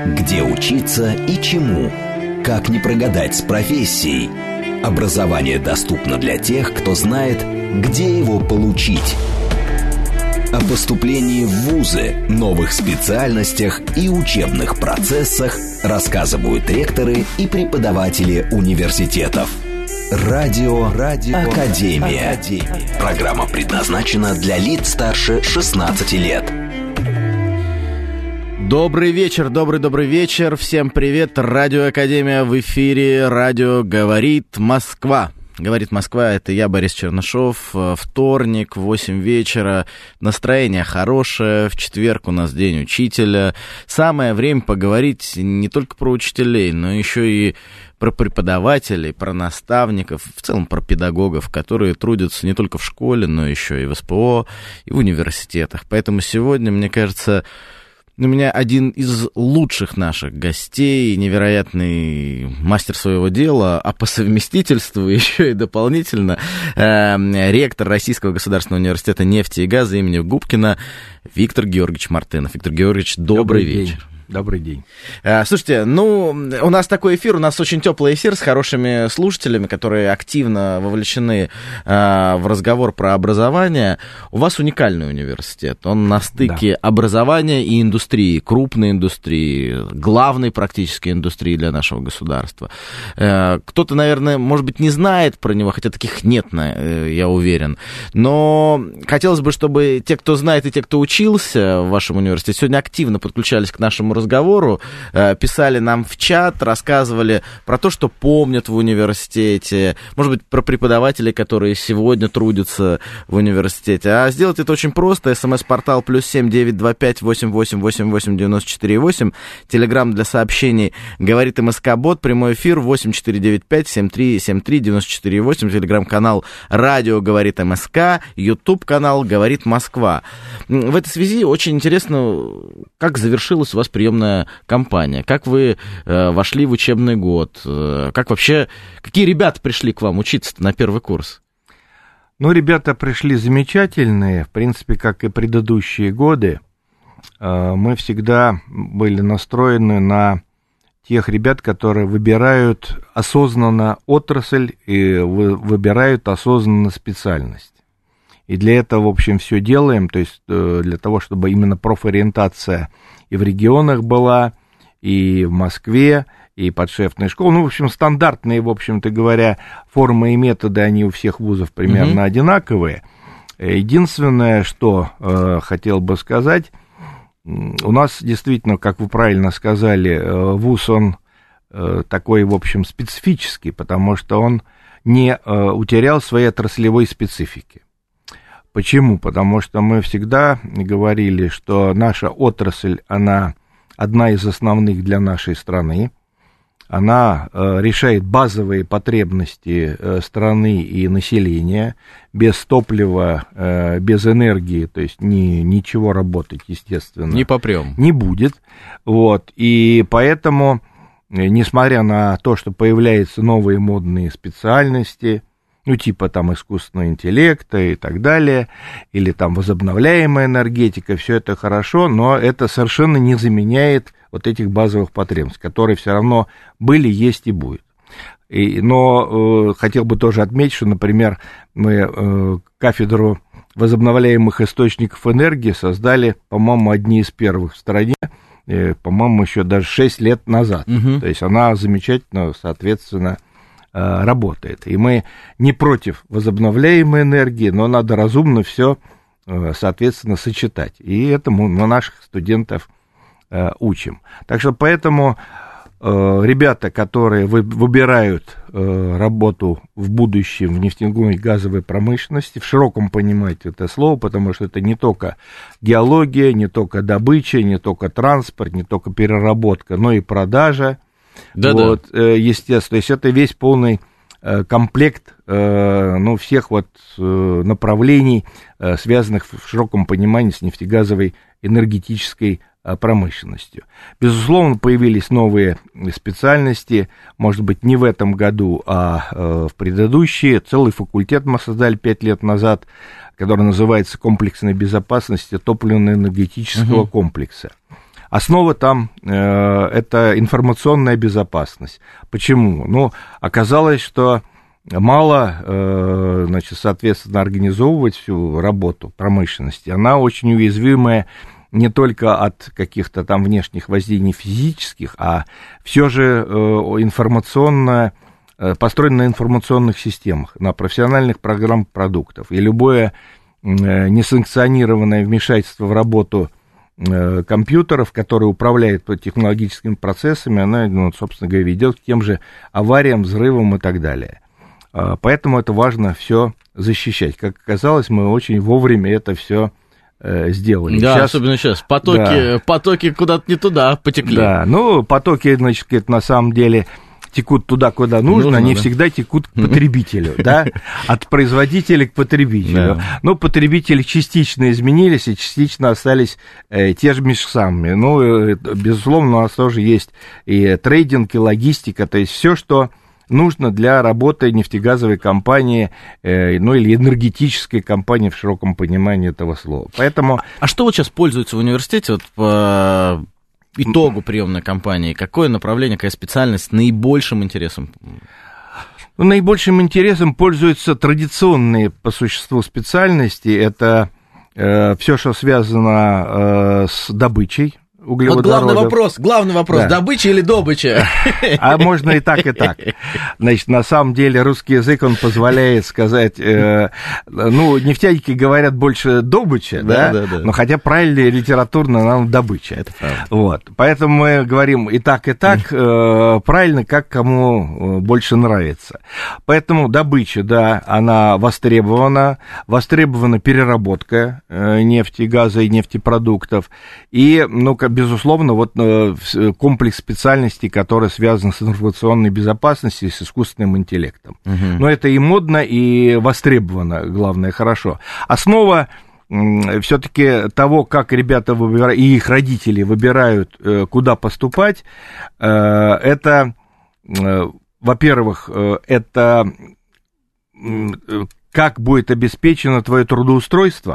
Где учиться и чему? Как не прогадать с профессией? Образование доступно для тех, кто знает, где его получить. О поступлении в вузы, новых специальностях и учебных процессах рассказывают ректоры и преподаватели университетов. Радио Академия. Программа предназначена для лиц старше 16 лет. Добрый вечер, добрый вечер. Всем привет. Радио Академия в эфире. Радио «Говорит Москва». «Говорит Москва» — это я, Борис Чернышов. Вторник, 8 вечера. Настроение хорошее. В четверг у нас День учителя. Самое время поговорить не только про учителей, но еще и про преподавателей, про наставников, в целом про педагогов, которые трудятся не только в школе, но еще и в СПО, и в университетах. Поэтому сегодня, мне кажется, у меня один из лучших наших гостей, невероятный мастер своего дела, а по совместительству еще и дополнительно ректор Российского государственного университета нефти и газа имени Губкина Виктор Георгиевич Мартынов. Виктор Георгиевич, добрый вечер. Добрый день. Слушайте, у нас такой эфир, у нас очень теплый эфир с хорошими слушателями, которые активно вовлечены в разговор про образование. У вас уникальный университет, он на стыке образования и индустрии, крупной индустрии, главной практически индустрии для нашего государства. Кто-то, наверное, может быть, не знает про него, хотя таких нет, я уверен. Но хотелось бы, чтобы те, кто знает, и те, кто учился в вашем университете, сегодня активно подключались к нашему разговору, писали нам в чат, рассказывали про то, что помнят в университете, может быть, про преподавателей, которые сегодня трудятся в университете. А сделать это очень просто. СМС-портал +7 925 88 88 94 8. Телеграм для сообщений «Говорит МСК-бот». Прямой эфир 8495 73 73 94 8. Телеграм-канал «Радио Говорит МСК». Ютуб-канал «Говорит Москва». В этой связи очень интересно, как завершилась у вас приемная кампания, как вы вошли в учебный год, как вообще, какие ребята пришли к вам учиться на первый курс? Ребята пришли замечательные, в принципе, как и предыдущие годы. Мы всегда были настроены на тех ребят, которые выбирают осознанно отрасль и выбирают осознанно специальность. И для этого, в общем, все делаем, то есть для того, чтобы именно профориентация и в регионах была, и в Москве, и подшефная школа. В общем, стандартные, в общем-то говоря, формы и методы, они у всех вузов примерно одинаковые. Единственное, что хотел бы сказать, у нас действительно, как вы правильно сказали, вуз, он такой, в общем, специфический, потому что он не утерял своей отраслевой специфики. Почему? Потому что мы всегда говорили, что наша отрасль, она одна из основных для нашей страны, она решает базовые потребности страны и населения, без топлива, без энергии, то есть ничего работать, естественно, не попрем. Не будет. И поэтому, несмотря на то, что появляются новые модные специальности, типа там искусственного интеллекта и так далее, или там возобновляемая энергетика, все это хорошо, но это совершенно не заменяет вот этих базовых потребностей, которые все равно были, есть и будут. Но хотел бы тоже отметить, что, например, мы кафедру возобновляемых источников энергии создали, по-моему, одни из первых в стране, по-моему, еще даже 6 лет назад. То есть она замечательно, соответственно, работает. И мы не против возобновляемой энергии, но надо разумно все, соответственно, сочетать. И этому мы наших студентов учим. Так что поэтому ребята, которые выбирают работу в будущем в нефтяной и газовой промышленности, в широком понимании это слово, потому что это не только геология, не только добыча, не только транспорт, не только переработка, но и продажа. Естественно, то есть это весь полный комплект всех направлений, связанных в широком понимании с нефтегазовой энергетической промышленностью. Безусловно, появились новые специальности, может быть, не в этом году, а в предыдущие. Целый факультет мы создали 5 лет назад, который называется «Комплексная безопасность топливно-энергетического комплекса». Основа там это информационная безопасность. Почему? Ну, оказалось, что мало, значит, соответственно, организовывать всю работу промышленности. Она очень уязвимая не только от каких-то там внешних воздействий физических, а все же информационная, построена на информационных системах, на профессиональных программах продуктов. И любое несанкционированное вмешательство в работу компьютеров, которые управляют технологическими процессами, оно, ну, собственно говоря, ведет к тем же авариям, взрывам и так далее. Поэтому это важно все защищать. Как оказалось, мы очень вовремя это все сделали. Да, сейчас, особенно сейчас. Потоки куда-то не туда потекли. Да, ну, потоки, значит, это на самом деле текут туда, куда нужно, они всегда текут к потребителю, да, от производителя к потребителю. Да. Но потребители частично изменились и частично остались те же самыми. Ну, безусловно, у нас тоже есть и трейдинг, и логистика, то есть все, что нужно для работы нефтегазовой компании, ну, или энергетической компании в широком понимании этого слова. Поэтому... А что вот сейчас пользуется в университете, вот по итогу приемной кампании? Какое направление, какая специальность наибольшим интересом? Ну, наибольшим интересом пользуются традиционные по существу специальности. Это все, что связано с добычей углеводородов. Вот главный вопрос, да. Добыча или добыча? А можно и так, и так. Значит, на самом деле русский язык, он позволяет сказать, ну, нефтяники говорят больше добыча, да? Но хотя правильно литературно нам добыча. Это правда. Вот, поэтому мы говорим и так, правильно, как кому больше нравится. Поэтому добыча, да, она востребована переработка нефти, газа и нефтепродуктов, и, ну, безусловно, вот комплекс специальностей, который связан с информационной безопасностью и с искусственным интеллектом. Но это и модно, и востребовано, главное, хорошо. Основа все-таки того, как ребята выбирают, и их родители выбирают, куда поступать, это, во-первых, это как будет обеспечено твое трудоустройство,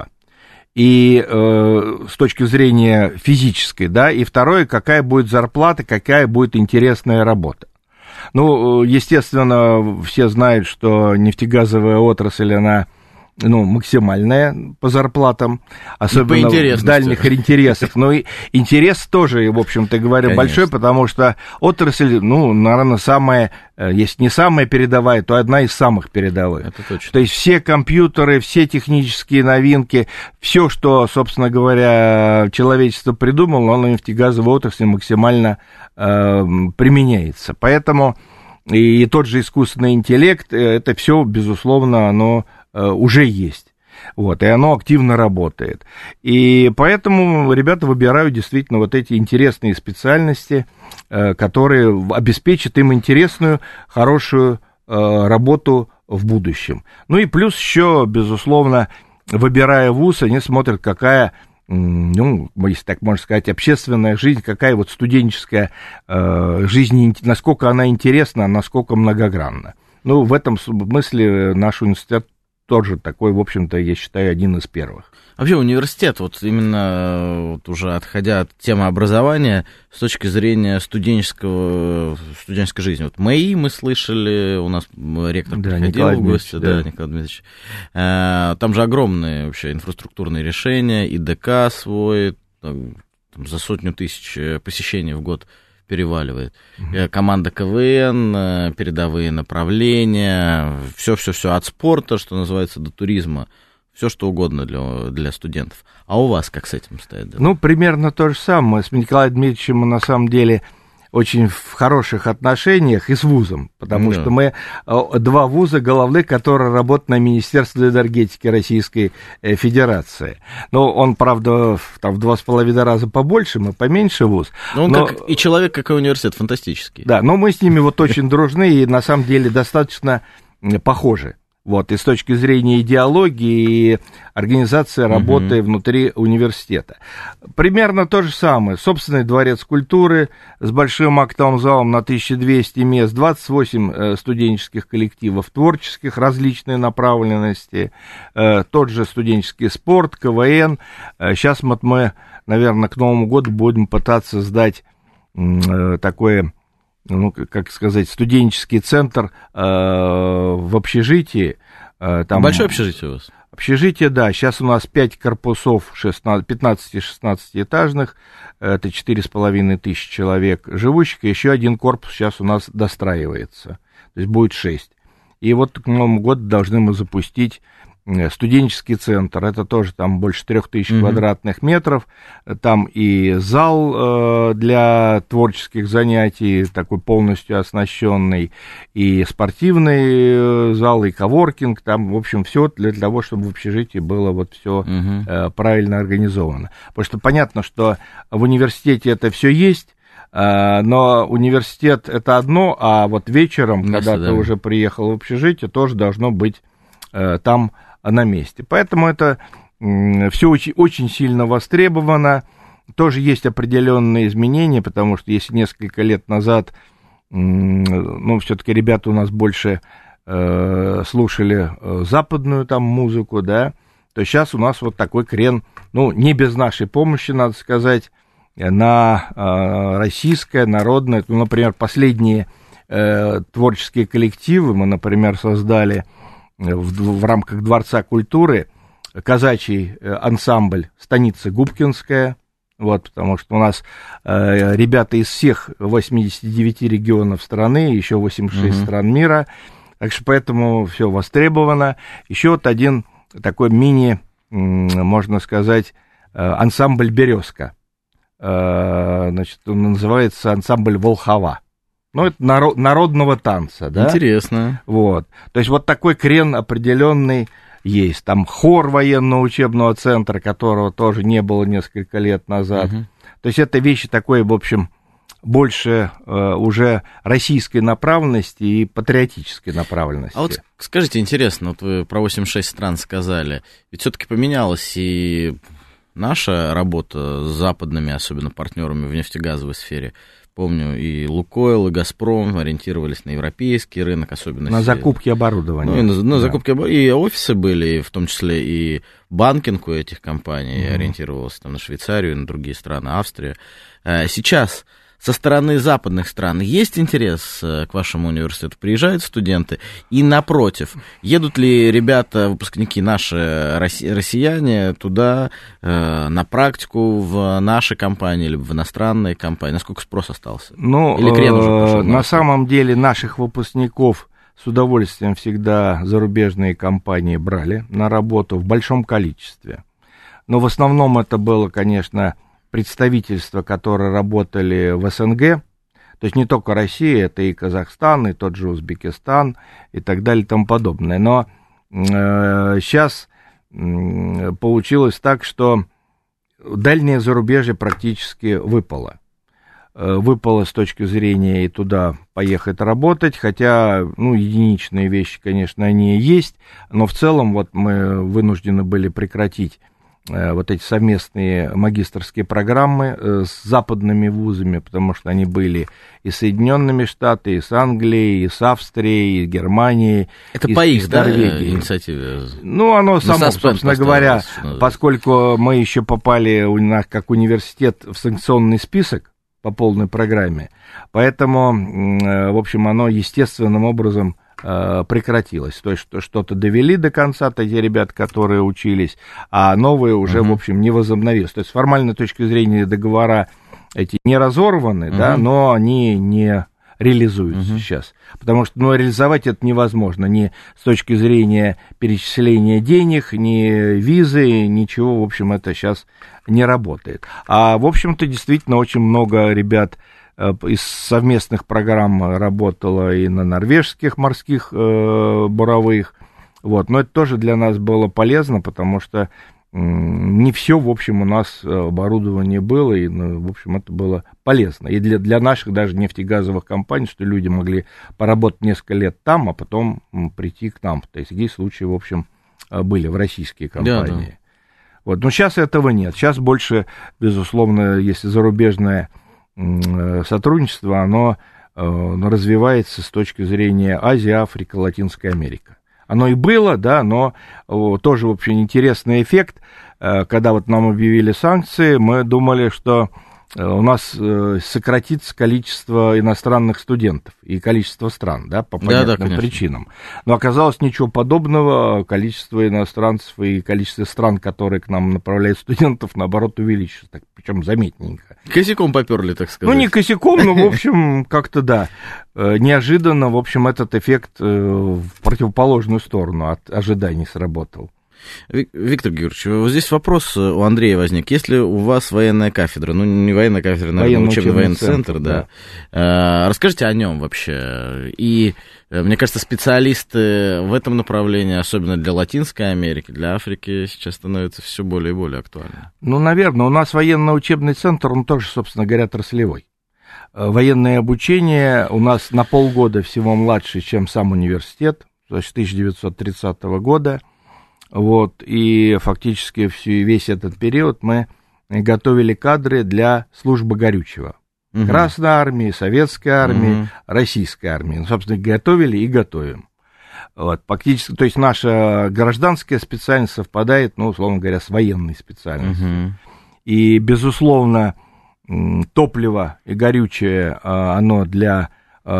и с точки зрения физической, да, и второе, какая будет зарплата, какая будет интересная работа. Ну, естественно, все знают, что нефтегазовая отрасль, она, ну, максимальная по зарплатам, особенно в дальних интересах. Но и интерес тоже, в общем-то говоря, большой, потому что отрасль, ну, наверное, самая, если не самая передовая, то одна из самых передовых. Это точно. То есть все компьютеры, все технические новинки, все, что, собственно говоря, человечество придумало, оно в нефтегазовой отрасли максимально применяется. Поэтому и тот же искусственный интеллект, это все, безусловно, оно уже есть, вот, и оно активно работает. И поэтому ребята выбирают действительно вот эти интересные специальности, которые обеспечат им интересную, хорошую работу в будущем. Ну и плюс еще, безусловно, выбирая вуз, они смотрят, какая, ну, если так можно сказать, общественная жизнь, какая вот студенческая жизнь, насколько она интересна, насколько многогранна. Ну, в этом смысле наш университет тоже такой, в общем-то, я считаю, один из первых. Вообще университет, вот именно вот уже отходя от темы образования, с точки зрения студенческой жизни. Вот МАИ мы слышали, у нас ректор приходил в гости, да, Николай Дмитриевич. Там же огромные вообще инфраструктурные решения, и ДК свой, там, за 100 000 посещений в год переваливает. Команда КВН, передовые направления, все от спорта, что называется, до туризма, все что угодно для студентов. А у вас как с этим стоит? Да? Ну, примерно то же самое. С Николаем Дмитриевичем мы, на самом деле, очень в хороших отношениях и с вузом, потому что мы два вуза головных, которые работают на Министерстве энергетики Российской Федерации. Ну, он, правда, там в 2,5 раза побольше, мы поменьше вуз. Он как и человек, как и университет, фантастический. Да, но мы с ними вот очень дружны и, на самом деле, достаточно похожи. Вот, и с точки зрения идеологии и организации работы внутри университета. Примерно то же самое. Собственный дворец культуры с большим актовым залом на 1200 мест, 28 студенческих коллективов творческих различной направленности, тот же студенческий спорт, КВН. Сейчас вот мы наверное, к Новому году будем пытаться сдать такое, ну, как сказать, студенческий центр в общежитии. Там большое общежитие у вас? Общежитие, да. Сейчас у нас 5 корпусов 15-16-этажных. Это 4500 человек живущих. И еще один корпус сейчас у нас достраивается. То есть будет 6. И вот к Новому году должны мы запустить студенческий центр. Это тоже там больше 3000 квадратных метров. Там и зал для творческих занятий, такой полностью оснащенный, и спортивный зал, и коворкинг. Там, в общем, все для того, чтобы в общежитии было вот все правильно организовано. Потому что понятно, что в университете это все есть, но университет это одно, а вот вечером, когда ты уже приехал в общежитие, тоже должно быть там на месте. Поэтому это все очень, очень сильно востребовано. Тоже есть определенные изменения, потому что если несколько лет назад, ну, все-таки ребята у нас больше слушали западную там музыку, да, то сейчас у нас вот такой крен, ну, не без нашей помощи, надо сказать, на российское, народное. Ну, например, последние творческие коллективы мы, например, создали в рамках Дворца культуры казачий ансамбль «Станица Губкинская», вот, потому что у нас ребята из всех 89 регионов страны, еще 86 стран мира, так что поэтому все востребовано. Еще вот один такой мини, можно сказать, ансамбль «Березка», значит, он называется ансамбль «Волхова». Ну, это народного танца, да? Интересно. Вот. То есть вот такой крен определенный есть. Там хор военно-учебного центра, которого тоже не было несколько лет назад. То есть это вещи такой, в общем, больше уже российской направленности и патриотической направленности. А вот скажите, интересно, вот вы про 86 стран сказали, ведь все-таки поменялась и наша работа с западными, особенно партнерами в нефтегазовой сфере. Помню, и «Лукойл», и «Газпром» ориентировались на европейский рынок, особенно... На закупки оборудования. Ну, и на закупки оборудования. И офисы были, в том числе и банкинг у этих компаний ориентировался там, на Швейцарию, и на другие страны, Австрию. Сейчас со стороны западных стран есть интерес к вашему университету? Приезжают студенты? И напротив, едут ли ребята, выпускники наши, россияне, туда на практику в наши компании, либо в иностранные компании? Насколько спрос остался? Ну, или крен уже пошел на самом деле наших выпускников с удовольствием всегда зарубежные компании брали на работу в большом количестве. Но в основном это было, конечно, представительства, которые работали в СНГ, то есть не только Россия, это и Казахстан, и тот же Узбекистан, и так далее, и тому подобное. Но сейчас получилось так, что дальнее зарубежье практически выпало. Выпало с точки зрения и туда поехать работать, хотя, ну, единичные вещи, конечно, они есть, но в целом вот мы вынуждены были прекратить вот эти совместные магистерские программы с западными вузами, потому что они были и с Соединенными Штатами, и с Англией, и с Австрией, и с Германией. Это и, по их, и да, инициативе? Ну, оно само, собственно говоря, поскольку мы еще попали как университет в санкционный список по полной программе, поэтому, в общем, оно естественным образом прекратилось. То есть что-то довели до конца эти ребята, которые учились, а новые уже, в общем, не возобновились. То есть с формальной точки зрения договора эти не разорваны, да, но они не реализуются сейчас. Потому что, ну, реализовать это невозможно ни с точки зрения перечисления денег, ни визы, ничего, в общем, это сейчас не работает. А, в общем-то, действительно, очень много ребят из совместных программ работала и на норвежских морских буровых, вот, но это тоже для нас было полезно, потому что не все, в общем, у нас оборудование было, и, ну, в общем, это было полезно. И для наших даже нефтегазовых компаний, что люди могли поработать несколько лет там, а потом прийти к нам. То есть такие случаи, в общем, были в российские компании. Да. Вот, но сейчас этого нет. Сейчас больше, безусловно, если зарубежное сотрудничество, оно развивается с точки зрения Азии, Африка, Латинская Америка. оно и было, да, но тоже, в общем, интересный эффект. Когда вот нам объявили санкции, мы думали, что у нас сократится количество иностранных студентов и количество стран, да, по понятным причинам. Но оказалось ничего подобного, количество иностранцев и количество стран, которые к нам направляют студентов, наоборот, увеличилось, причем заметненько. Косяком поперли, так сказать. Ну, не косяком, но, в общем, как-то, да, неожиданно, в общем, этот эффект в противоположную сторону от ожиданий сработал. Виктор Георгиевич, вот здесь вопрос у Андрея возник. Если у вас военная кафедра, ну, не военная кафедра, наверное, учебный военный центр, да. Расскажите о нем вообще. И, мне кажется, специалисты в этом направлении, особенно для Латинской Америки, для Африки, сейчас становятся все более и более актуальны. Ну, наверное, у нас военно-учебный центр, он тоже, собственно говоря, отраслевой. Военное обучение у нас на полгода всего младше, чем сам университет, то есть 1930 года. Вот, и фактически весь этот период мы готовили кадры для службы горючего. Красной армии, Советской армии, Российской армии. Ну, собственно, готовили и готовим. Вот, фактически, то есть наша гражданская специальность совпадает, ну, условно говоря, с военной специальностью. И, безусловно, топливо и горючее, оно для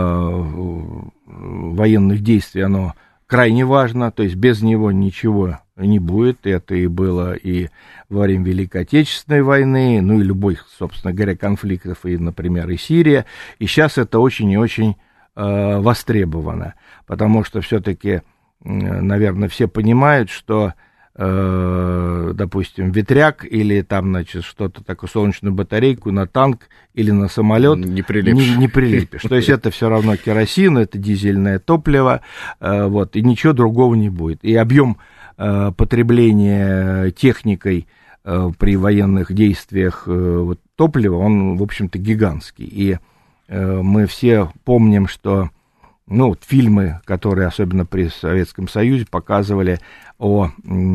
военных действий, оно крайне важно, то есть без него ничего не будет. Это и было и во время Великой Отечественной войны, ну и любых, собственно говоря, конфликтов, и, например, и Сирия. И сейчас это очень и очень востребовано, потому что все-таки, наверное, все понимают, что, допустим, ветряк или там, значит, что-то такое, солнечную батарейку на танк или на самолет не прилепишь. То есть это все равно керосин, это дизельное топливо, вот, и ничего другого не будет. И объем потребления техникой при военных действиях вот, топлива, он, в общем-то, гигантский. И мы все помним, что фильмы, которые особенно при Советском Союзе показывали о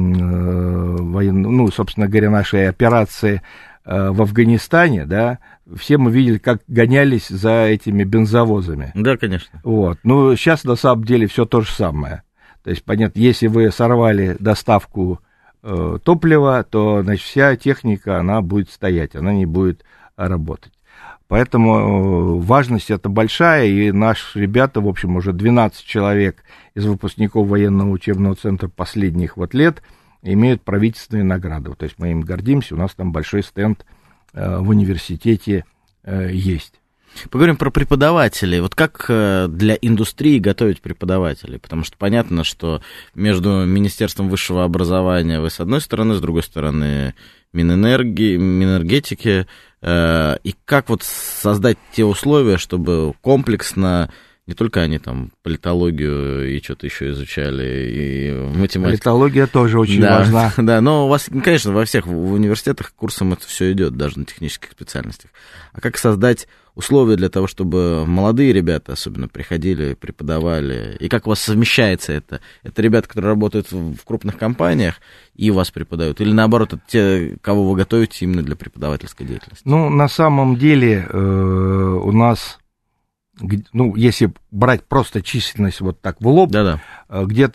собственно говоря, нашей операции в Афганистане, да, все мы видели, как гонялись за этими бензовозами. Да, конечно. Вот. Ну, сейчас на самом деле все то же самое. То есть, понятно, если вы сорвали доставку топлива, то, значит, вся техника, она будет стоять, она не будет работать. Поэтому важность это большая, и наши ребята, в общем, уже 12 человек из выпускников военного учебного центра последних лет имеют правительственные награды. То есть мы им гордимся, у нас там большой стенд в университете есть. Поговорим про преподавателей. Вот как для индустрии готовить преподавателей? Потому что понятно, что между Министерством высшего образования вы с одной стороны, с другой стороны Минэнергетики. И как вот создать те условия, чтобы комплексно не только они там политологию и что-то еще изучали, и математику. Политология тоже очень важна. Да, но у вас, конечно, во всех университетах курсом это все идет, даже на технических специальностях. А как создать условия для того, чтобы молодые ребята особенно приходили, преподавали, и как у вас совмещается это? Это ребята, которые работают в крупных компаниях и у вас преподают, или наоборот, это те, кого вы готовите именно для преподавательской деятельности? Ну, на самом деле у нас, если брать просто численность вот так в лоб, где-то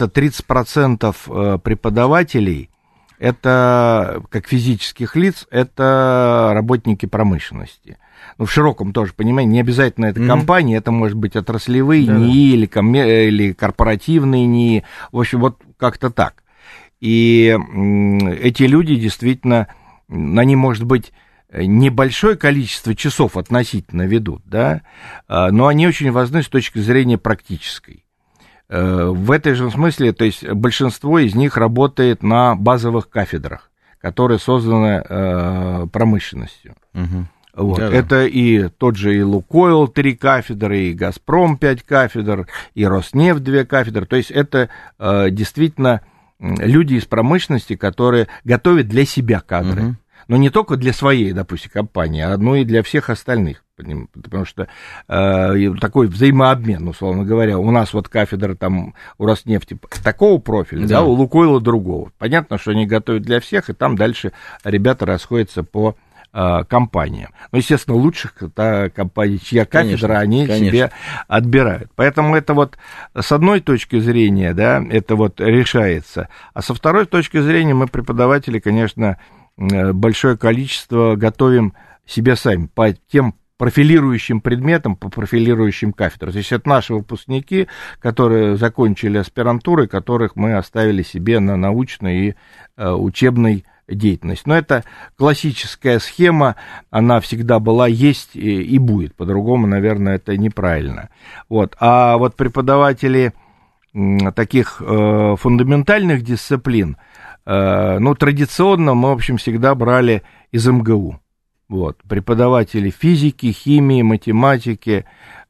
30% преподавателей, это, как физических лиц, это работники промышленности. В широком тоже понимании, не обязательно это компании, это может быть отраслевые НИИ или корпоративные НИИ, в общем, вот как-то так. И эти люди действительно, они, может быть, небольшое количество часов относительно ведут, да, но они очень важны с точки зрения практической. В этой же смысле, то есть большинство из них работает на базовых кафедрах, которые созданы промышленностью. Вот. Это и тот же и Лукойл 3 кафедры, и Газпром 5 кафедр, и Роснефть 2 кафедры. То есть это действительно люди из промышленности, которые готовят для себя кадры. Но не только для своей, допустим, компании, но и для всех остальных. Потому что такой взаимообмен, условно говоря, у нас вот кафедра там у Роснефти такого профиля, да, у Лукойла другого. Понятно, что они готовят для всех, и там дальше ребята расходятся по компаниям. Ну, естественно, лучших компаний, чья кафедра, они себе отбирают. Поэтому это вот с одной точки зрения, да, это вот решается. А со второй точки зрения мы, преподаватели, конечно, большое количество готовим себе сами по тем профилирующим предметам, по профилирующим кафедрам. То есть это наши выпускники, которые закончили аспирантуры, которых мы оставили себе на научной и учебной деятельность. Но это классическая схема, она всегда была, есть и будет. По-другому, наверное, это неправильно. Вот. А вот преподаватели таких фундаментальных дисциплин, ну, традиционно мы, в общем, всегда брали из МГУ. Вот. Преподаватели физики, химии, математики,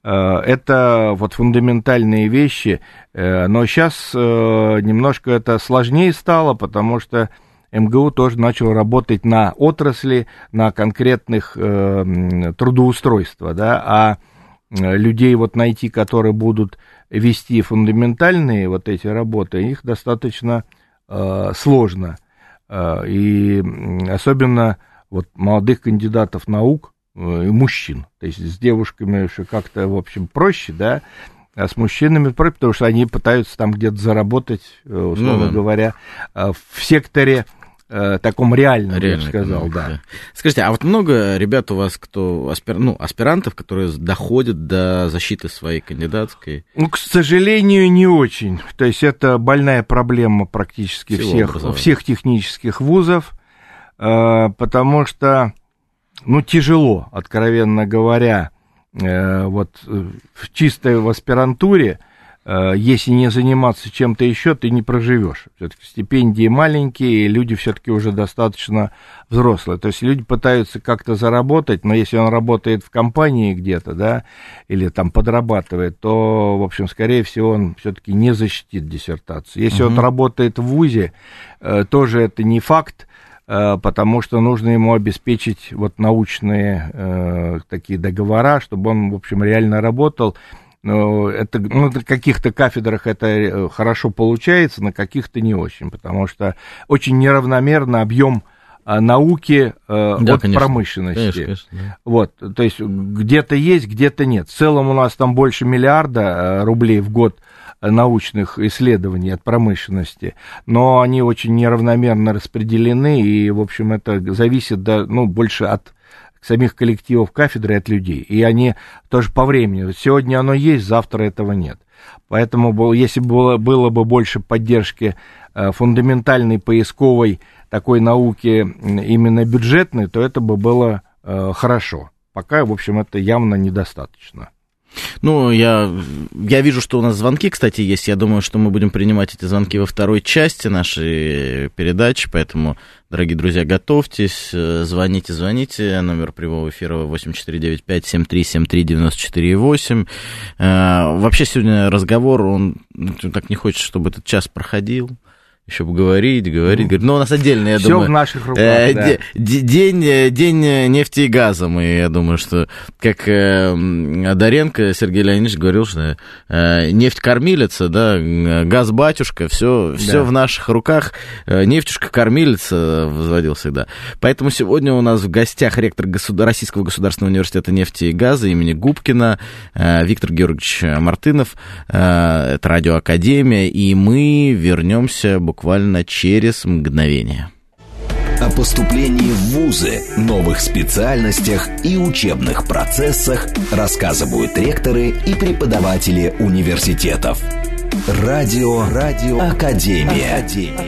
это вот фундаментальные вещи, но сейчас немножко это сложнее стало, потому что МГУ тоже начал работать на отрасли, на конкретных трудоустройствах, да, а людей вот найти, которые будут вести фундаментальные вот эти работы, их достаточно сложно, и особенно вот молодых кандидатов наук и мужчин, то есть с девушками еще как-то, в общем, проще, да, а с мужчинами проще, потому что они пытаются там где-то заработать, условно говоря, в секторе таком реальном, я бы сказал, да. Скажите, а вот много ребят у вас, кто аспирантов, которые доходят до защиты своей кандидатской? Ну, к сожалению, не очень. То есть это больная проблема практически всех технических вузов, потому что, ну, тяжело, откровенно говоря, вот чисто в аспирантуре, если не заниматься чем-то еще, ты не проживешь. Все-таки стипендии маленькие, и люди все-таки уже достаточно взрослые. То есть люди пытаются как-то заработать, но если он работает в компании где-то, да, или там подрабатывает, то, в общем, скорее всего, он все-таки не защитит диссертацию. Если он работает в вузе, тоже это не факт, потому что нужно ему обеспечить вот научные такие договора, чтобы он, в общем, реально работал. Это, ну, на каких-то кафедрах это хорошо получается, на каких-то не очень, потому что очень неравномерно объем науки от промышленности. Конечно. Вот, то есть где-то есть, где-то нет. В целом у нас там больше 1 миллиарда рублей в год научных исследований от промышленности, но они очень неравномерно распределены, и, в общем, это зависит больше от самих коллективов кафедры и от людей. И они тоже по времени. Сегодня оно есть, завтра этого нет. Поэтому, если было бы больше поддержки фундаментальной поисковой такой науки, именно бюджетной, то это бы было хорошо. Пока, в общем, это явно недостаточно. Ну, я вижу, что у нас звонки, кстати, есть. Я думаю, что мы будем принимать эти звонки во второй части нашей передачи, поэтому, дорогие друзья, готовьтесь, звоните. Номер прямого эфира 8495-7373-94-8. Вообще сегодня разговор, он так не хочет, чтобы этот час проходил. Еще бы говорить. Но у нас отдельно, я думаю... Все в наших руках, да. День нефти и газа. Я думаю, что, как Доренко Сергей Леонидович говорил, что нефть кормилица, да, газ батюшка, все в наших руках. Нефтюшка кормилица, возводил всегда. Поэтому сегодня у нас в гостях ректор Российского государственного университета нефти и газа имени Губкина Виктор Георгиевич Мартынов. Это Радиоакадемия, и мы вернемся буквально через мгновение. О поступлении в вузы, новых специальностях и учебных процессах рассказывают ректоры и преподаватели университетов. Радиоакадемия.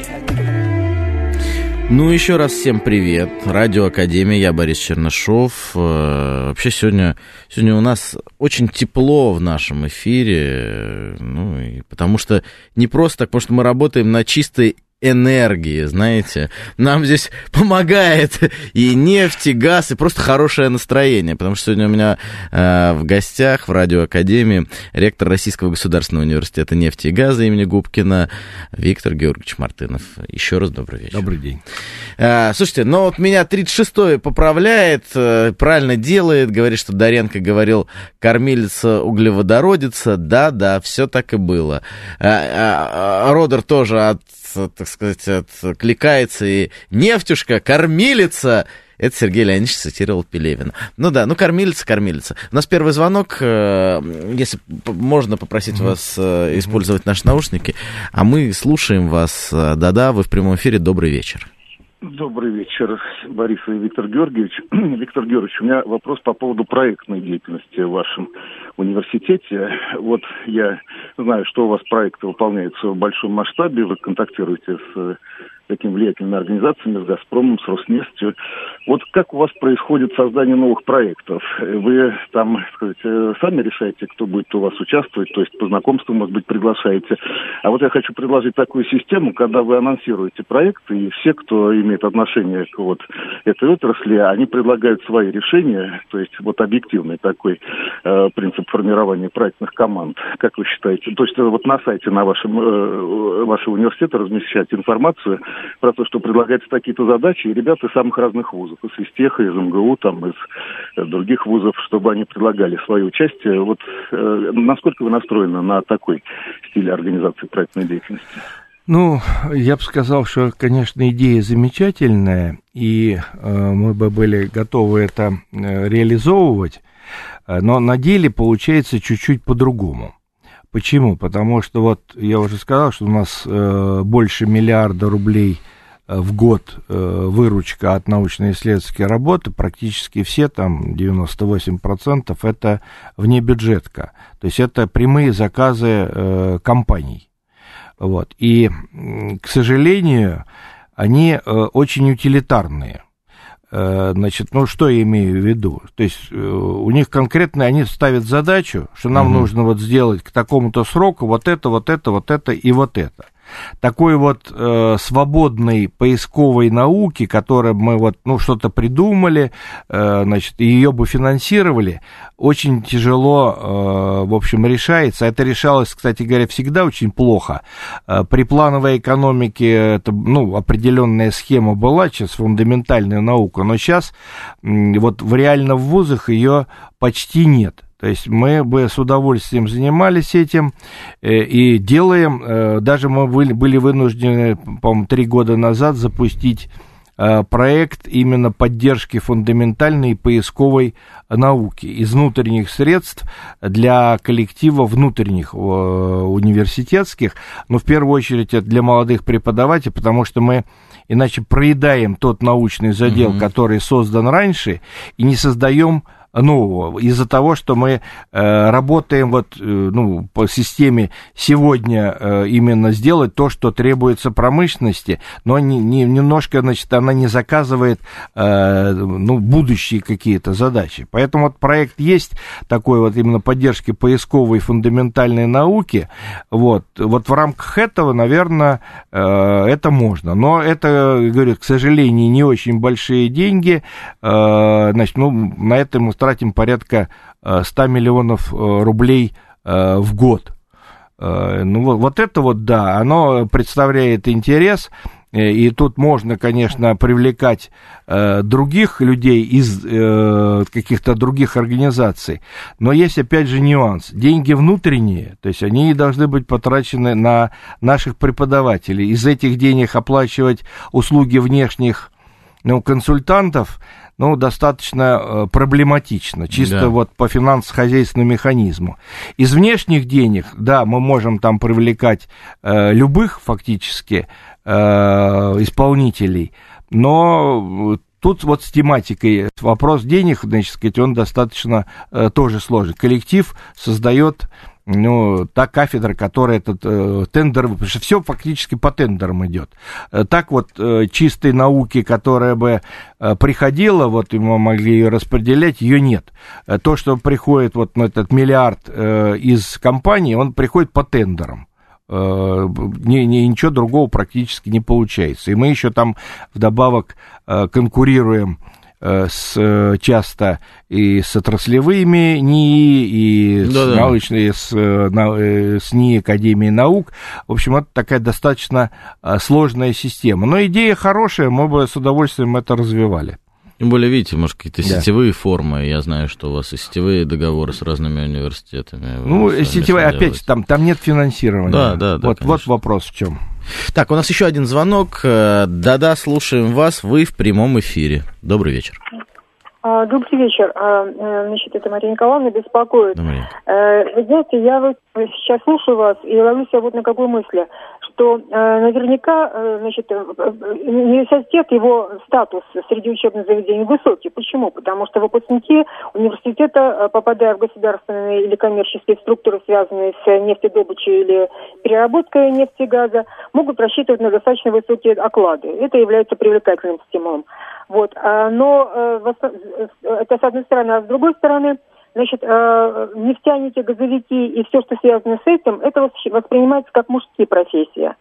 Ну, еще раз всем привет. Радиоакадемия, я Борис Чернышов. Вообще сегодня у нас очень тепло в нашем эфире, потому что не просто так, потому что мы работаем на чистой энергии, знаете. Нам здесь помогает и нефть, и газ, и просто хорошее настроение, потому что сегодня у меня в гостях в Радиоакадемии ректор Российского государственного университета нефти и газа имени Губкина Виктор Георгиевич Мартынов. Еще раз добрый вечер. Добрый день. Слушайте, вот меня 36-й поправляет, правильно делает, говорит, что Доренко говорил кормилица, углеводородица. Да, все так и было. Родер тоже так сказать, откликается, и нефтюшка, кормилица, Это Сергей Леонидович цитировал Пелевина. Ну да, кормилица. У нас первый звонок, если можно попросить вас использовать наши наушники, а мы слушаем вас. Да-да, вы в прямом эфире, добрый вечер. Добрый вечер, Борис и Виктор Георгиевич. Виктор Георгиевич, у меня вопрос по поводу проектной деятельности в вашем университете. Вот я знаю, что у вас проекты выполняются в большом масштабе, вы контактируете с такими влиятельными организациями, с «Газпромом», с «Роснефтью». Вот как у вас происходит создание новых проектов? Вы там, так сказать, сами решаете, кто будет у вас участвовать, то есть по знакомству, может быть, приглашаете. А вот я хочу предложить такую систему, когда вы анонсируете проекты, и все, кто имеет отношение к вот этой отрасли, они предлагают свои решения, то есть вот объективный такой принцип формирования проектных команд. Как вы считаете? То есть вот на сайте вашего университета размещать информацию про то, что предлагаются такие-то задачи, и ребята из самых разных вузов, из физтеха, из МГУ, там, из других вузов, чтобы они предлагали свое участие. Вот насколько вы настроены на такой стиль организации проектной деятельности? Ну, я бы сказал, что, конечно, идея замечательная, и мы бы были готовы это реализовывать, но на деле получается чуть-чуть по-другому. Почему? Потому что вот я уже сказал, что у нас больше 1 миллиарда рублей в год выручка от научно-исследовательской работы, практически все, там 98%, это внебюджетка. То есть это прямые заказы компаний. Вот. И, к сожалению, они очень утилитарные. Значит, ну, что я имею в виду? То есть у них конкретно, они ставят задачу, что нам нужно вот сделать к такому-то сроку вот это и вот это. Такой вот свободной поисковой науки, которой мы вот, ну, что-то придумали, значит, и ее бы финансировали, очень тяжело, в общем, решается. Это решалось, кстати говоря, всегда очень плохо. При плановой экономике это, ну, определенная схема была, сейчас фундаментальная наука, но сейчас вот реально в вузах ее почти нет. То есть мы бы с удовольствием занимались этим и делаем. Даже мы были вынуждены, по-моему, 3 года назад запустить проект именно поддержки фундаментальной и поисковой науки из внутренних средств для коллектива внутренних университетских, но в первую очередь это для молодых преподавателей, потому что мы иначе проедаем тот научный задел, который создан раньше, и не создаем нового, из-за того, что мы работаем вот, ну, по системе сегодня именно сделать то, что требуется промышленности, но немножко, значит, она не заказывает, ну, будущие какие-то задачи. Поэтому вот проект есть такой вот именно поддержки поисковой фундаментальной науки. Вот в рамках этого, наверное, это можно. Но это, говорю, к сожалению, не очень большие деньги. Значит, ну, на это мы тратим порядка 100 миллионов рублей в год. Ну, вот это вот, да, оно представляет интерес, и тут можно, конечно, привлекать других людей из каких-то других организаций, но есть, опять же, нюанс. Деньги внутренние, то есть они должны быть потрачены на наших преподавателей. Из этих денег оплачивать услуги внешних, ну, консультантов, ну, достаточно проблематично, чисто вот по финансово-хозяйственному механизму. Из внешних денег, да, мы можем там привлекать любых фактически исполнителей, но тут вот с тематикой вопрос денег, значит, сказать, он достаточно тоже сложный. Коллектив создает, ну, та кафедра, которая этот тендер, потому что все фактически по тендерам идет. Так вот, чистой науки, которая бы приходила, вот и мы могли ее распределять, ее нет. То, что приходит вот на этот миллиард из компании, он приходит по тендерам. Ничего другого практически не получается. И мы еще там вдобавок конкурируем часто и с отраслевыми НИИ, и с научной, с НИИ Академии наук. В общем, это такая достаточно сложная система. Но идея хорошая, мы бы с удовольствием это развивали. Тем более, видите, может, какие-то сетевые формы. Я знаю, что у вас и сетевые договоры с разными университетами. Ну, сетевые, опять, там нет финансирования. Да, вот вопрос в чем. Так, у нас еще один звонок. Да-да, слушаем вас. Вы в прямом эфире. Добрый вечер. Добрый вечер. Значит, это Мария Николаевна беспокоит. Вы знаете, я вот сейчас слушаю вас и ловлю себя вот на какой мысли, что наверняка, значит, университет, его статус среди учебных заведений высокий. Почему? Потому что выпускники университета, попадая в государственные или коммерческие структуры, связанные с нефтедобычей или переработкой нефти и газа, могут рассчитывать на достаточно высокие оклады. Это является привлекательным стимулом. Вот. Но это с одной стороны, а с другой стороны, значит, нефтяники, газовики и все, что связано с этим, это воспринимается как мужские профессии.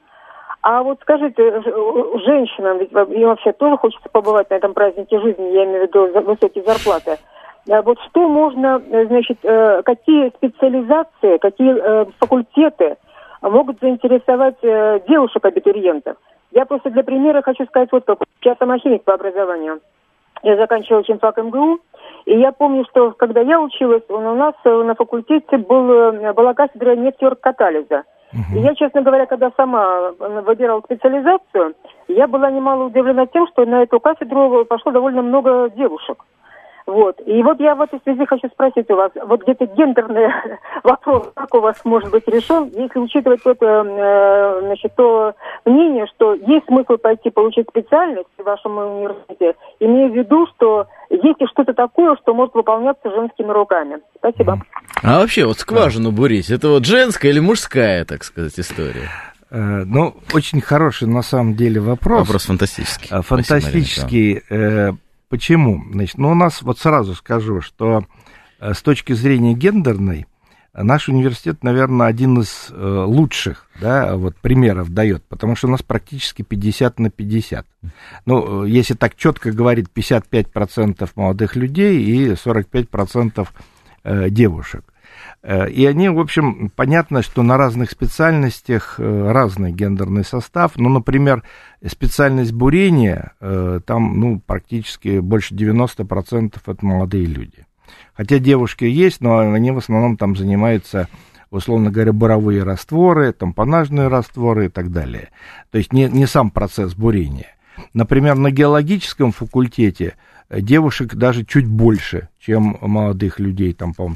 А вот скажите, женщинам, ведь им вообще тоже хочется побывать на этом празднике жизни, я имею в виду высокие зарплаты. Вот что можно, значит, какие специализации, какие факультеты могут заинтересовать девушек-абитуриентов? Я просто для примера хочу сказать вот как. Я сама химик по образованию. Я заканчивала химфак МГУ. И я помню, что когда я училась, у нас на факультете была кафедра нефтеоргкатализа. И я, честно говоря, когда сама выбирала специализацию, я была немало удивлена тем, что на эту кафедру пошло довольно много девушек. Вот. И вот я в этой связи хочу спросить у вас, вот где-то гендерный вопрос, как у вас может быть решен, если учитывать значит, то мнение, что есть смысл пойти получить специальность в вашем университете, имея в виду, что есть и что-то такое, что может выполняться женскими руками. Спасибо. А вообще, вот скважину бурить, это вот женская или мужская, так сказать, история? Ну, очень хороший, на самом деле, вопрос. Вопрос фантастический. Фантастический. Почему? Значит, ну, у нас, вот сразу скажу, что с точки зрения гендерной, наш университет, наверное, один из лучших, да, вот примеров дает, потому что у нас практически 50/50. Ну, если так четко говорить, 55% молодых людей и 45% девушек. И они, в общем, понятно, что на разных специальностях разный гендерный состав. Ну, например, специальность бурения, там, ну, практически больше 90% это молодые люди. Хотя девушки есть, но они в основном там занимаются, условно говоря, буровые растворы, тампонажные растворы и так далее. То есть не сам процесс бурения. Например, на геологическом факультете девушек даже чуть больше, чем молодых людей, там, по-моему,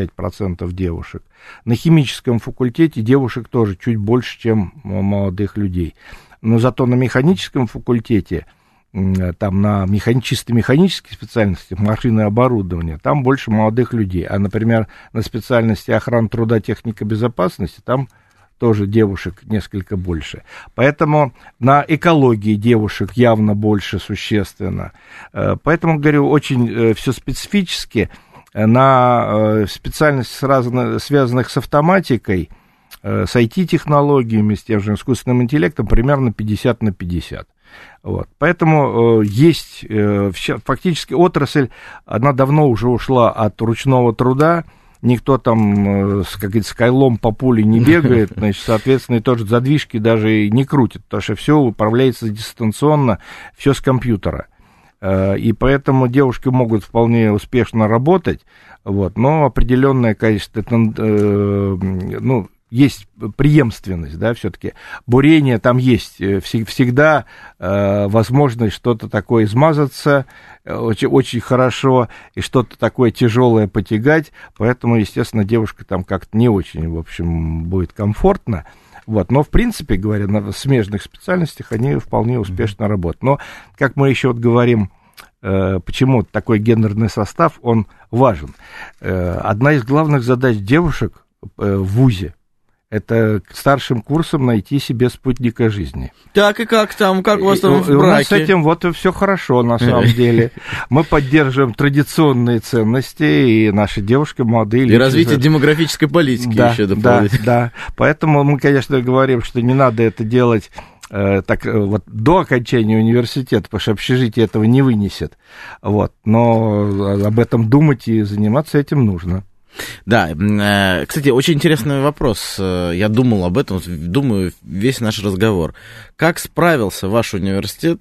55% девушек. На химическом факультете девушек тоже чуть больше, чем молодых людей. Но зато на механическом факультете, там, на чисто механических специальностях, машины и оборудование, там больше молодых людей. А, например, на специальности охраны труда, техника безопасности, там тоже девушек несколько больше. Поэтому на экологии девушек явно больше существенно. Поэтому, говорю, очень все специфически. На специальностях, связанных с автоматикой, с IT-технологиями, с тем же искусственным интеллектом, примерно 50/50. Вот. Поэтому есть фактически отрасль, она давно уже ушла от ручного труда. Никто там, как говорится, с кайлом по полю не бегает, значит, соответственно, и тоже задвижки даже и не крутит, потому что все управляется дистанционно, все с компьютера. И поэтому девушки могут вполне успешно работать, вот, но определенное количество, ну, есть преемственность, да, все-таки бурение, там есть всегда возможность что-то такое измазаться очень, очень хорошо и что-то такое тяжелое потягать, поэтому, естественно, девушка там как-то не очень, в общем, будет комфортно. Вот, но, в принципе, говоря, на смежных специальностях они вполне успешно работают. Но, как мы еще вот говорим, почему такой гендерный состав, он важен. Одна из главных задач девушек в ВУЗе — это к старшим курсам найти себе спутника жизни. Так, и как там, как у вас там в браке? У нас с этим вот все хорошо, на самом деле. Мы поддерживаем традиционные ценности, и наши девушки молодые. И развитие демографической политики еще дополнительно. Да. Поэтому мы, конечно, говорим, что не надо это делать так, вот, до окончания университета, потому что общежитие этого не вынесет. Вот. Но об этом думать и заниматься этим нужно. Да, кстати, очень интересный вопрос. Я думал об этом, думаю, весь наш разговор. Как справился ваш университет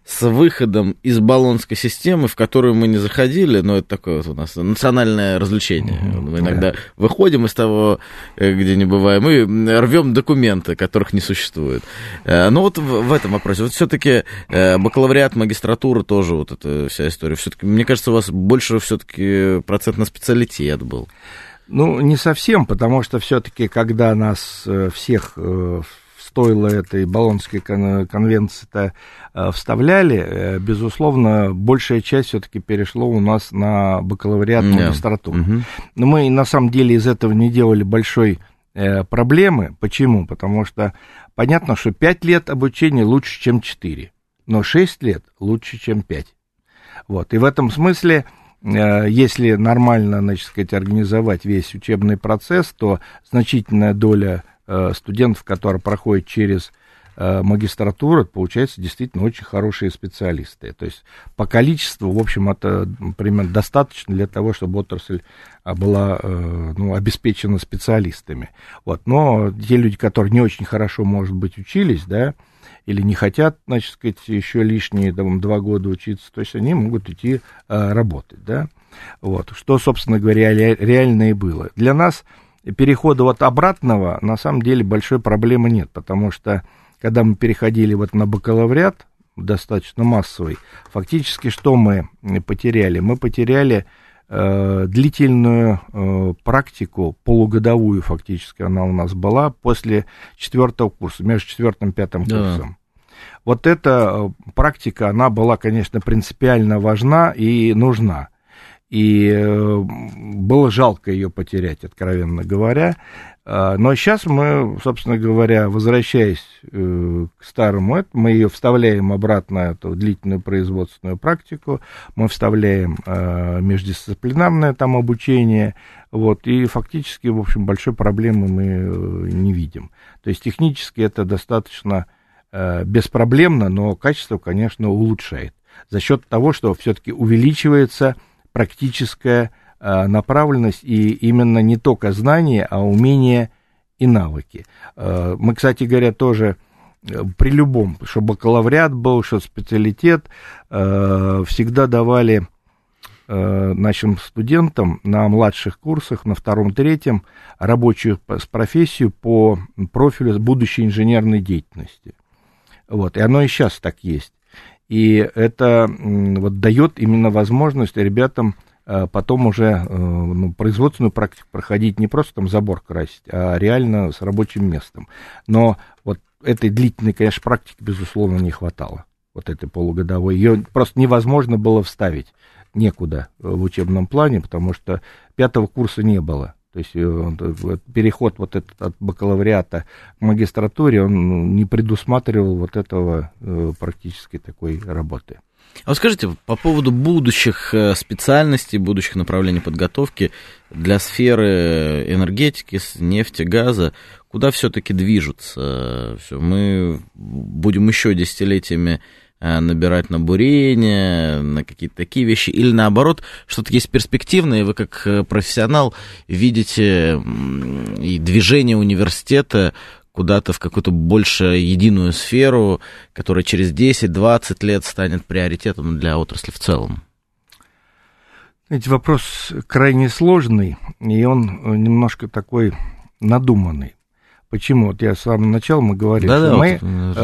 с выходом из Болонской системы, в которую мы не заходили, но это такое вот у нас национальное развлечение. Мы иногда выходим из того, где не бываем, и рвем документы, которых не существует. Но вот в этом вопросе, вот все-таки бакалавриат, магистратура тоже вот эта вся история. Все-таки, мне кажется, у вас больше все-таки процент на специалитет был. Ну, не совсем, потому что все-таки, когда нас всех стоило этой Болонской конвенции-то вставляли, безусловно, большая часть все-таки перешла у нас на бакалавриат, магистратуру. Но мы, на самом деле, из этого не делали большой проблемы. Почему? Потому что понятно, что 5 лет обучения лучше, чем 4, но 6 лет лучше, чем 5. Вот. И в этом смысле, если нормально, значит сказать, организовать весь учебный процесс, то значительная доля студентов, которые проходят через магистратуру, получается действительно очень хорошие специалисты. То есть по количеству, в общем, это примерно достаточно для того, чтобы отрасль была обеспечена специалистами. Вот. Но те люди, которые не очень хорошо, может быть, учились, да, или не хотят, значит сказать, еще лишние 2 года учиться, то есть они могут идти работать, да. Вот. Что, собственно говоря, реально и было. Для нас перехода вот обратного, на самом деле, большой проблемы нет, потому что, когда мы переходили вот на бакалавриат, достаточно массовый, фактически что мы потеряли? Мы потеряли длительную практику, полугодовую фактически она у нас была, после 4-го курса, между 4-м и 5-м курсом. Вот эта практика, она была, конечно, принципиально важна и нужна. И было жалко ее потерять, откровенно говоря. Но сейчас мы, собственно говоря, возвращаясь к старому, мы ее вставляем обратно, эту длительную производственную практику, мы вставляем междисциплинарное там обучение, вот, и фактически, в общем, большой проблемы мы не видим. То есть технически это достаточно беспроблемно, но качество, конечно, улучшает. За счет того, что все-таки увеличивается практическая направленность, и именно не только знания, а умения и навыки. Мы, кстати говоря, тоже при любом, что бакалавриат был, что специалитет, всегда давали нашим студентам на младших курсах, на 2-м, 3-м, рабочую профессию по профилю будущей инженерной деятельности. Вот, и оно и сейчас так есть. И это вот дает именно возможность ребятам потом уже производственную практику проходить, не просто там забор красить, а реально с рабочим местом. Но вот этой длительной, конечно, практики, безусловно, не хватало, вот этой полугодовой. Ее просто невозможно было вставить некуда в учебном плане, потому что 5-го курса не было. То есть переход вот этот от бакалавриата к магистратуре, он не предусматривал вот этого практически такой работы. А вот скажите, по поводу будущих специальностей, будущих направлений подготовки для сферы энергетики, нефти, газа, куда все-таки движутся? Мы будем еще десятилетиями набирать на бурение, на какие-то такие вещи, или наоборот, что-то есть перспективное, и вы как профессионал видите и движение университета куда-то в какую-то больше единую сферу, которая через 10-20 лет станет приоритетом для отрасли в целом? Знаете, вопрос крайне сложный, и он немножко такой надуманный. Почему? Вот я с самого начала мы говорили, что мы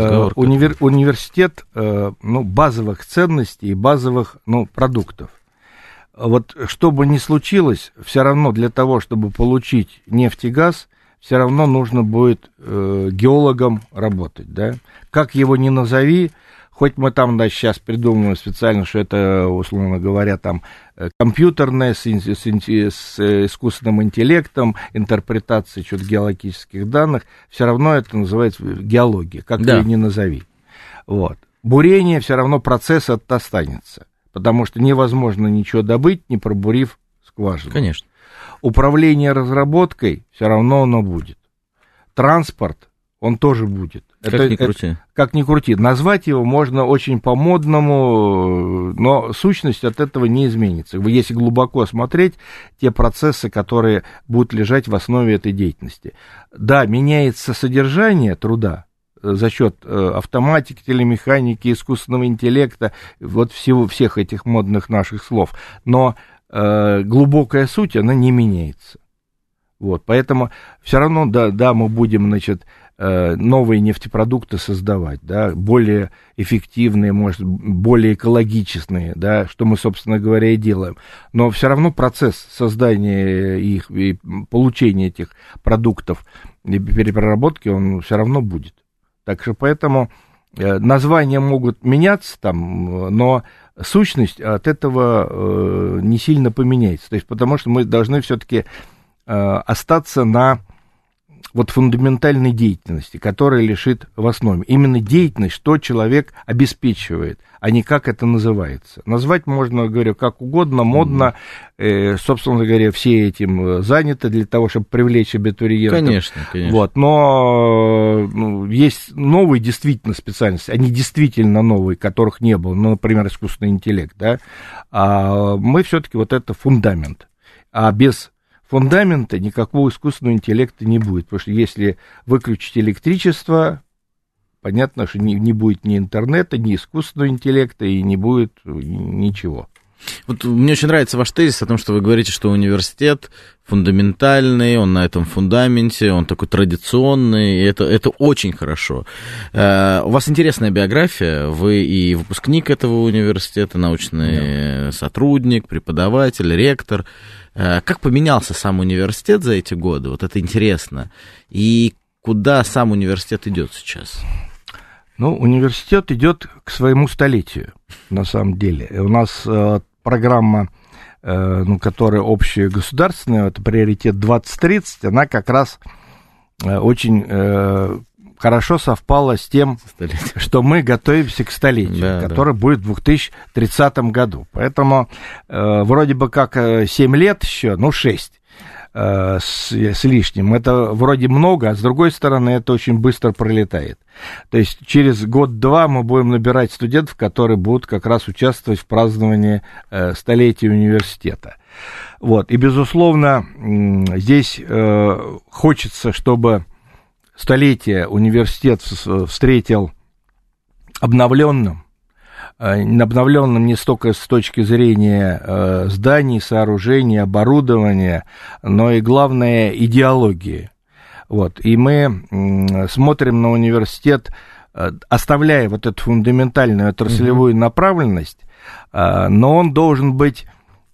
университет базовых ценностей и базовых продуктов. Вот что бы ни случилось, все равно для того, чтобы получить нефть и газ, все равно нужно будет геологом работать, да? Как его ни назови, хоть мы там, да, сейчас придумываем специально, что это, условно говоря, там компьютерное с искусственным интеллектом, интерпретация что-то геологических данных, все равно это называется геология, как ее ни назови. Вот. Бурение все равно процесс останется, потому что невозможно ничего добыть, не пробурив скважину. Конечно. Управление разработкой все равно оно будет. Транспорт, он тоже будет. Как ни крути. Как ни крути. Назвать его можно очень по-модному, но сущность от этого не изменится. Если глубоко смотреть те процессы, которые будут лежать в основе этой деятельности. Да, меняется содержание труда, за счет автоматики, телемеханики, искусственного интеллекта, вот всех этих модных наших слов. Но глубокая суть, она не меняется. Вот, поэтому все равно, да, мы будем, значит, новые нефтепродукты создавать, да, более эффективные, может, более экологичные, да, что мы, собственно говоря, и делаем. Но все равно процесс создания их и получения этих продуктов и переработки, он все равно будет. Так что поэтому названия могут меняться там, но сущность от этого не сильно поменяется. То есть, потому что мы должны все-таки остаться на вот фундаментальной деятельности, которая лежит в основе. Именно деятельность, что человек обеспечивает, а не как это называется. Назвать можно, говорю, как угодно, модно. Собственно говоря, все этим заняты для того, чтобы привлечь абитуриентов. Конечно, конечно. Вот, но есть новые действительно специальности, они действительно новые, которых не было, ну, например, искусственный интеллект, да, а мы все-таки вот это фундамент. А без фундамента никакого искусственного интеллекта не будет, потому что если выключить электричество, понятно, что не будет ни интернета, ни искусственного интеллекта, и не будет ничего. Вот мне очень нравится ваш тезис о том, что вы говорите, что университет фундаментальный, он на этом фундаменте, он такой традиционный, и это очень хорошо. У вас интересная биография, вы и выпускник этого университета, научный сотрудник, преподаватель, ректор. Как поменялся сам университет за эти годы? Вот это интересно. И куда сам университет идет сейчас? Ну, университет идет к своему столетию, на самом деле. У нас программа, которая общая государственная, это приоритет 2030, она как раз очень хорошо совпала с тем, что мы готовимся к столетию, которое будет в 2030 году. Поэтому вроде бы как 7 лет еще, 6 с лишним, это вроде много, а с другой стороны это очень быстро пролетает. То есть через год-два мы будем набирать студентов, которые будут как раз участвовать в праздновании столетия университета. Вот. И, безусловно, здесь хочется, чтобы столетие университет встретил обновленным не столько с точки зрения зданий, сооружений, оборудования, но и, главное, идеологии. Вот. И мы смотрим на университет, оставляя вот эту фундаментальную отраслевую направленность, но он должен быть,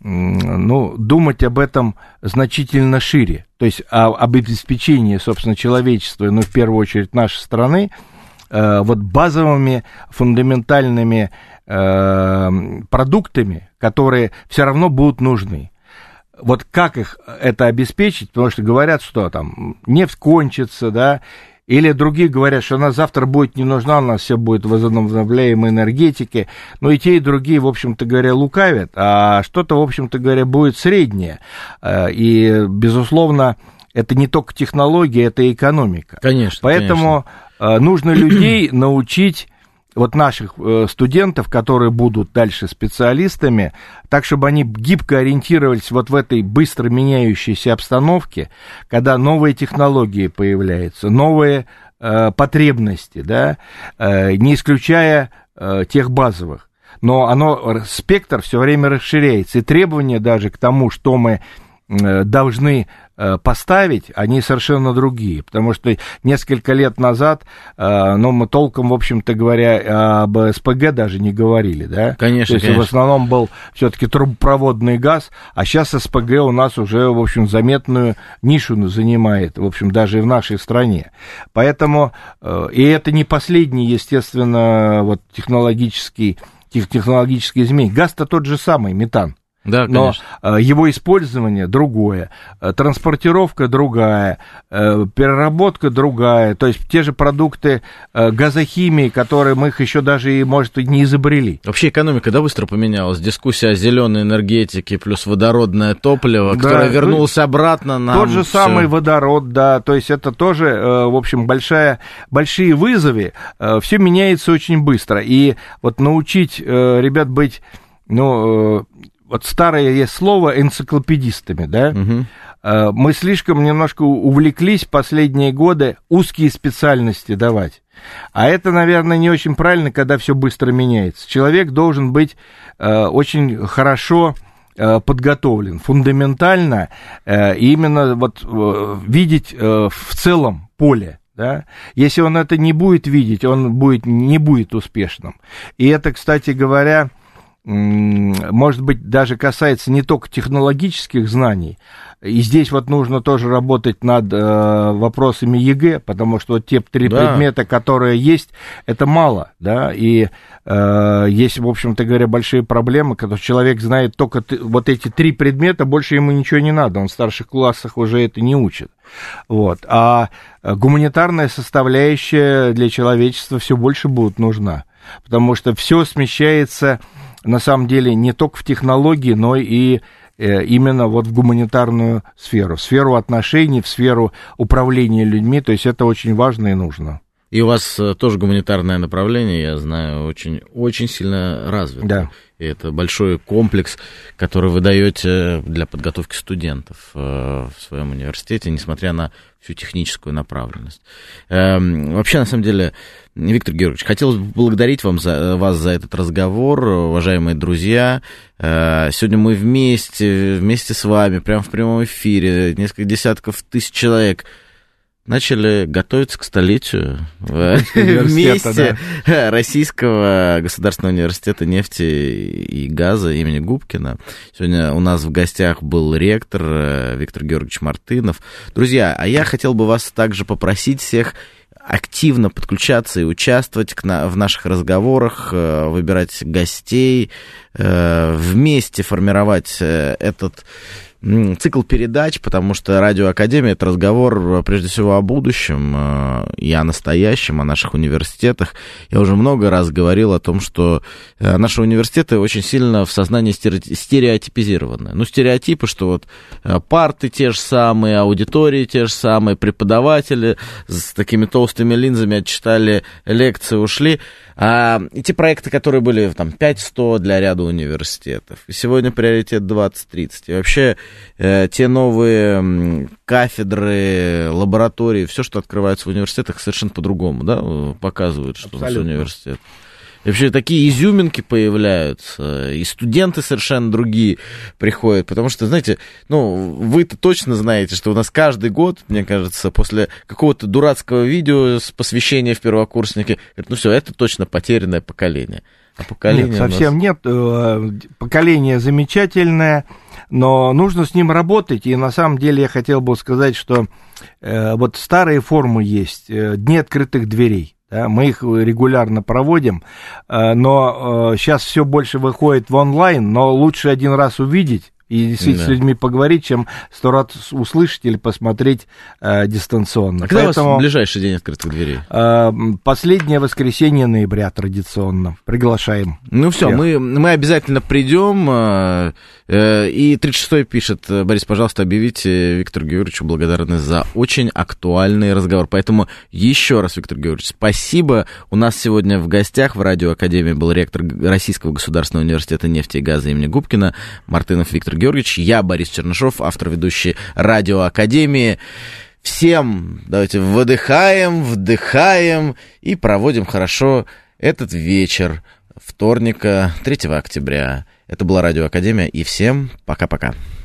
думать об этом значительно шире, то есть об обеспечении, собственно, человечества, в первую очередь нашей страны, вот базовыми фундаментальными продуктами, которые все равно будут нужны. Вот как их это обеспечить, потому что говорят, что там нефть кончится, да, или другие говорят, что она завтра будет не нужна, у нас все будет в возобновляемой энергетике, и те, и другие, в общем-то говоря, лукавят, а что-то, в общем-то говоря, будет среднее, и, безусловно, это не только технология, это экономика. Конечно. Поэтому нужно людей научить, вот наших студентов, которые будут дальше специалистами, так, чтобы они гибко ориентировались вот в этой быстро меняющейся обстановке, когда новые технологии появляются, новые потребности, да, не исключая тех базовых. Но спектр все время расширяется, и требования даже к тому, что мы должны поставить, они совершенно другие, потому что несколько лет назад, мы толком, в общем-то говоря, об СПГ даже не говорили, да? Конечно, то есть в основном был все-таки трубопроводный газ, а сейчас СПГ у нас уже, в общем, заметную нишу занимает, в общем, даже и в нашей стране. Поэтому, и это не последний, естественно, вот технологический изменение. Газ-то тот же самый, метан. Да, но его использование другое, транспортировка другая, переработка другая, то есть те же продукты газохимии, которые мы их еще даже, может, и не изобрели. Вообще экономика, быстро поменялась. Дискуссия о зеленой энергетике плюс водородное топливо, которое вернулось обратно нам. Тот же самый водород, да, то есть это тоже, в общем, большие вызовы, все меняется очень быстро. И вот научить ребят быть, вот старое есть слово энциклопедистами, да, мы слишком немножко увлеклись последние годы узкие специальности давать. А это, наверное, не очень правильно, когда все быстро меняется. Человек должен быть очень хорошо подготовлен, фундаментально, именно вот видеть в целом поле. Да? Если он это не будет видеть, он не будет успешным. И это, кстати говоря, может быть, даже касается не только технологических знаний. И здесь вот нужно тоже работать над вопросами ЕГЭ, потому что вот те 3 предмета, которые есть, это мало, да, и есть, в общем-то говоря, большие проблемы, когда человек знает только вот эти 3 предмета, больше ему ничего не надо, он в старших классах уже это не учит. Вот. А гуманитарная составляющая для человечества все больше будет нужна, потому что все смещается, на самом деле, не только в технологии, но и именно вот в гуманитарную сферу, в сферу отношений, в сферу управления людьми, то есть это очень важно и нужно. И у вас тоже гуманитарное направление, я знаю, очень, очень сильно развито. Да. И это большой комплекс, который вы даете для подготовки студентов в своем университете, несмотря на всю техническую направленность. Вообще, на самом деле, Виктор Георгиевич, хотелось бы поблагодарить вас за этот разговор, уважаемые друзья. Сегодня мы вместе с вами, прямо в прямом эфире, несколько десятков тысяч человек начали готовиться к столетию вместе Российского государственного университета нефти и газа имени Губкина. Сегодня у нас в гостях был ректор Виктор Георгиевич Мартынов. Друзья, а я хотел бы вас также попросить всех активно подключаться и участвовать в наших разговорах, выбирать гостей, вместе формировать этот цикл передач, потому что Радио Академия — это разговор прежде всего о будущем и о настоящем, о наших университетах. Я уже много раз говорил о том, что наши университеты очень сильно в сознании стереотипизированы. Ну, стереотипы, что вот парты те же самые, аудитории те же самые, преподаватели с такими толстыми линзами отчитали лекции, ушли. А эти проекты, которые были там 5-100 для ряда университетов, и сегодня приоритет 20-30. И вообще те новые кафедры, лаборатории, все, что открывается в университетах, совершенно по-другому, да, показывают, что у нас университет. И вообще такие изюминки появляются, и студенты совершенно другие приходят, потому что, знаете, ну, вы-то точно знаете, что у нас каждый год, мне кажется, после какого-то дурацкого видео с посвящения в первокурсники, говорят, ну все, это точно потерянное поколение. А поколение нет, совсем нет, поколение замечательное, но нужно с ним работать, и на самом деле я хотел бы сказать, что вот старые формы есть, дни открытых дверей. Да, мы их регулярно проводим, но сейчас все больше выходит в онлайн, но лучше один раз увидеть и действительно с людьми поговорить, чем 100 раз услышать или посмотреть дистанционно. А когда у вас ближайший день открытых дверей? Последнее воскресенье ноября традиционно. Приглашаем. Ну все, мы обязательно придем. И 36-й пишет: Борис, пожалуйста, объявите Виктору Георгиевичу благодарность за очень актуальный разговор. Поэтому еще раз, Виктор Георгиевич, спасибо. У нас сегодня в гостях в Радио Академии был ректор Российского государственного университета нефти и газа имени Губкина Мартынов Виктор Георгиевич. Я Борис Чернышов, автор, ведущий Радио Академии. Всем давайте выдыхаем, вдыхаем и проводим хорошо этот вечер вторника, 3 октября. Это была Радио Академия, и всем пока-пока.